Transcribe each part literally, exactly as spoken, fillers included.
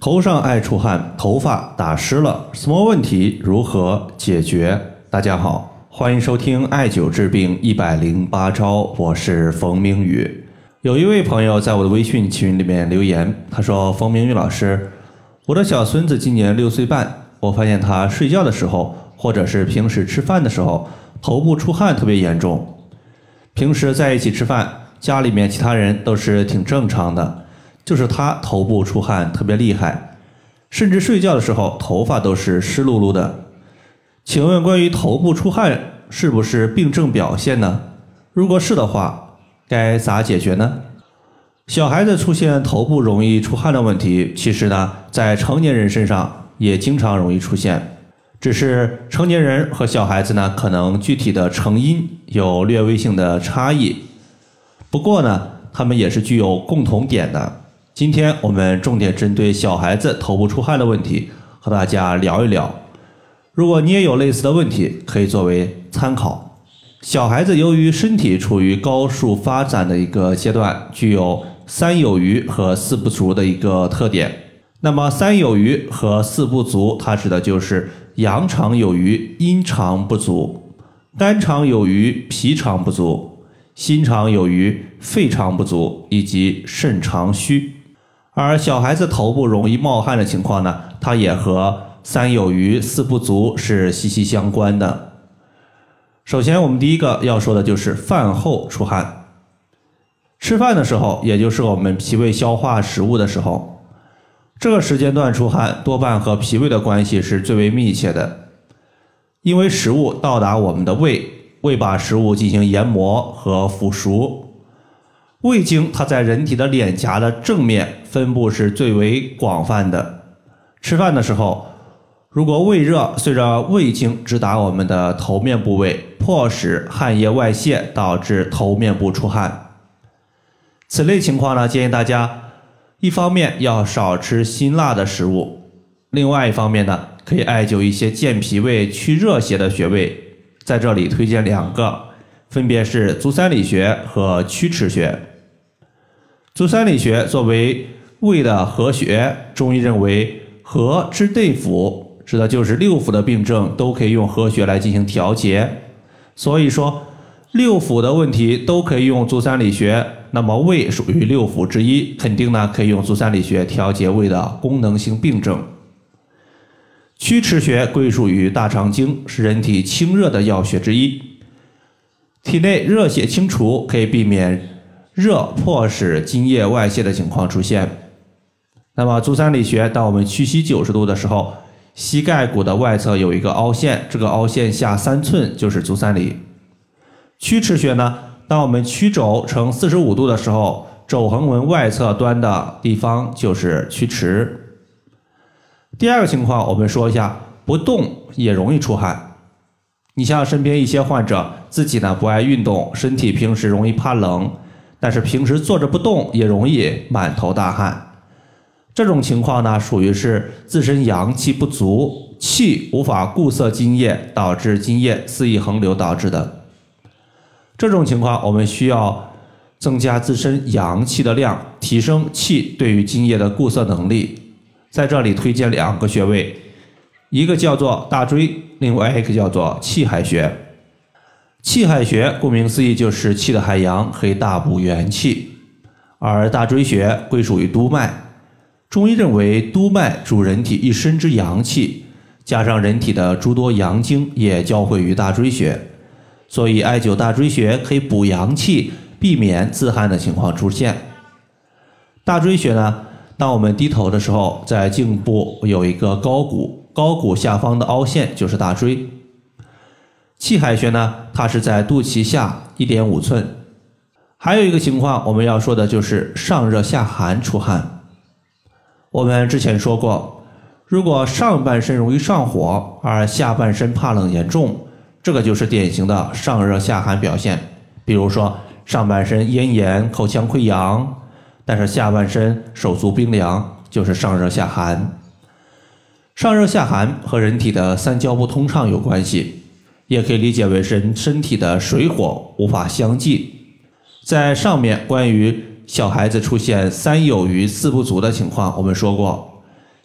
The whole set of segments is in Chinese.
头上爱出汗，头发打湿了，什么问题？如何解决？大家好，欢迎收听艾灸治病一百零八招，我是冯明宇。有一位朋友在我的微信群里面留言，他说：冯明宇老师，我的小孙子今年六岁半，我发现他睡觉的时候或者是平时吃饭的时候头部出汗特别严重，平时在一起吃饭，家里面其他人都是挺正常的，就是他头部出汗特别厉害，甚至睡觉的时候头发都是湿漉漉的。请问关于头部出汗是不是病症表现呢？如果是的话，该咋解决呢？小孩子出现头部容易出汗的问题，其实呢在成年人身上也经常容易出现，只是成年人和小孩子呢可能具体的成因有略微性的差异，不过呢他们也是具有共同点的。今天我们重点针对小孩子头部出汗的问题和大家聊一聊，如果你也有类似的问题，可以作为参考。小孩子由于身体处于高速发展的一个阶段，具有三有余和四不足的一个特点。那么三有余和四不足，它指的就是阳常有余，阴常不足；肝常有余，脾常不足；心常有余，肺常不足，以及肾常虚。而小孩子头部容易冒汗的情况呢，它也和三有余四不足是息息相关的。首先我们第一个要说的就是饭后出汗。吃饭的时候，也就是我们脾胃消化食物的时候，这个时间段出汗多半和脾胃的关系是最为密切的。因为食物到达我们的胃，胃把食物进行研磨和腐熟。胃经它在人体的脸颊的正面分布是最为广泛的。吃饭的时候，如果胃热，随着胃经直达我们的头面部位，迫使汗液外泄，导致头面部出汗。此类情况呢，建议大家一方面要少吃辛辣的食物，另外一方面呢，可以艾灸一些健脾胃、去热邪的穴位。在这里推荐两个，分别是足三里穴和曲池穴。足三里穴作为胃的合穴，中医认为合之内府，指的就是六腑的病症都可以用合穴来进行调节。所以说六腑的问题都可以用足三里穴，那么胃属于六腑之一，肯定呢可以用足三里穴调节胃的功能性病症。曲池穴归属于大肠经，是人体清热的要穴之一，体内热血清除，可以避免热迫使津液外泄的情况出现。那么足三里穴，当我们屈膝九十度的时候，膝盖骨的外侧有一个凹陷，这个凹陷下三寸就是足三里。曲池穴呢，当我们曲肘呈四十五度的时候，肘横纹外侧端的地方就是曲池。第二个情况，我们说一下不动也容易出汗。你像身边一些患者，自己呢不爱运动，身体平时容易怕冷，但是平时坐着不动也容易满头大汗。这种情况呢，属于是自身阳气不足，气无法固摄津液，导致津液肆意横流导致的。这种情况我们需要增加自身阳气的量，提升气对于津液的固摄能力。在这里推荐两个穴位，一个叫做大椎，另外一个叫做气海穴。气海穴顾名思义就是气的海洋，可以大补元气。而大椎穴归属于督脉，中医认为督脉主人体一身之阳气，加上人体的诸多阳经也交汇于大椎穴，所以艾灸大椎穴可以补阳气，避免自汗的情况出现。大椎穴呢，当我们低头的时候，在颈部有一个高骨，高骨下方的凹陷就是大椎。气海穴呢，它是在肚脐下 一点五寸。还有一个情况我们要说的就是上热下寒出汗。我们之前说过，如果上半身容易上火，而下半身怕冷严重，这个就是典型的上热下寒表现。比如说上半身咽炎、口腔溃疡，但是下半身手足冰凉，就是上热下寒。上热下寒和人体的三焦不通畅有关系，也可以理解为是身体的水火无法相济。在上面关于小孩子出现三有余四不足的情况，我们说过，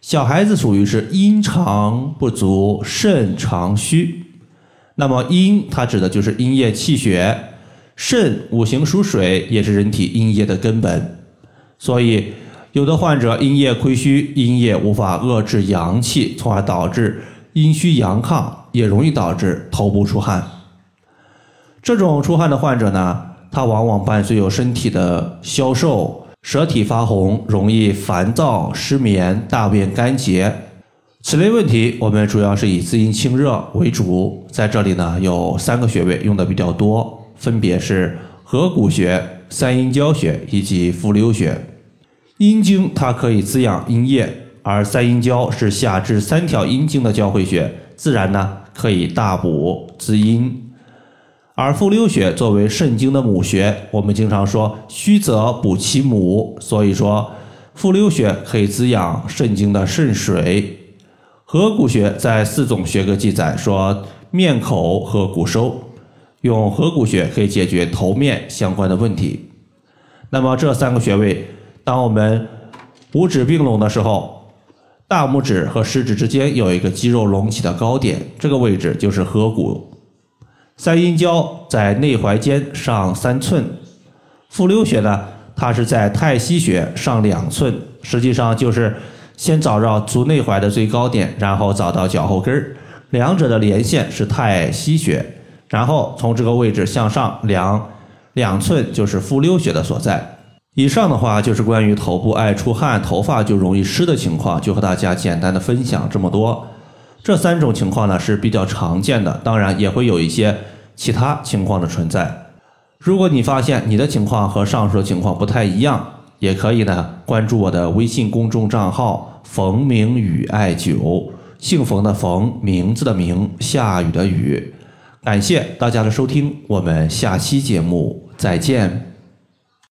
小孩子属于是阴长不足，肾长虚。那么阴它指的就是阴液气血，肾五行属水，也是人体阴液的根本。所以有的患者阴液亏虚，阴液无法遏制阳气，从而导致阴虚阳亢，也容易导致头部出汗。这种出汗的患者呢，他往往伴随有身体的消瘦，舌体发红，容易烦躁、失眠、大便干结。此类问题我们主要是以滋阴清热为主，在这里呢有三个穴位用的比较多，分别是合谷穴、三阴交穴以及复溜穴。阴经它可以滋养阴液，而三阴交是下至三条阴经的交汇穴，自然呢可以大补滋阴。而复溜穴作为肾经的母穴，我们经常说虚则补其母，所以说复溜穴可以滋养肾经的肾水。合谷穴在四种学科记载说面口和骨收，用合谷穴可以解决头面相关的问题。那么这三个穴位，当我们五指并拢的时候，大拇指和食指之间有一个肌肉隆起的高点，这个位置就是合谷。三阴交在内踝尖上三寸，复溜穴呢，它是在太溪穴上两寸，实际上就是先找到足内踝的最高点，然后找到脚后跟，两者的连线是太溪穴，然后从这个位置向上量两寸就是复溜穴的所在。以上的话就是关于头部爱出汗、头发就容易湿的情况，就和大家简单的分享这么多。这三种情况呢是比较常见的，当然也会有一些其他情况的存在。如果你发现你的情况和上述的情况不太一样，也可以呢关注我的微信公众账号冯明宇艾灸，姓冯的冯，名字的名，下雨的雨。感谢大家的收听，我们下期节目再见。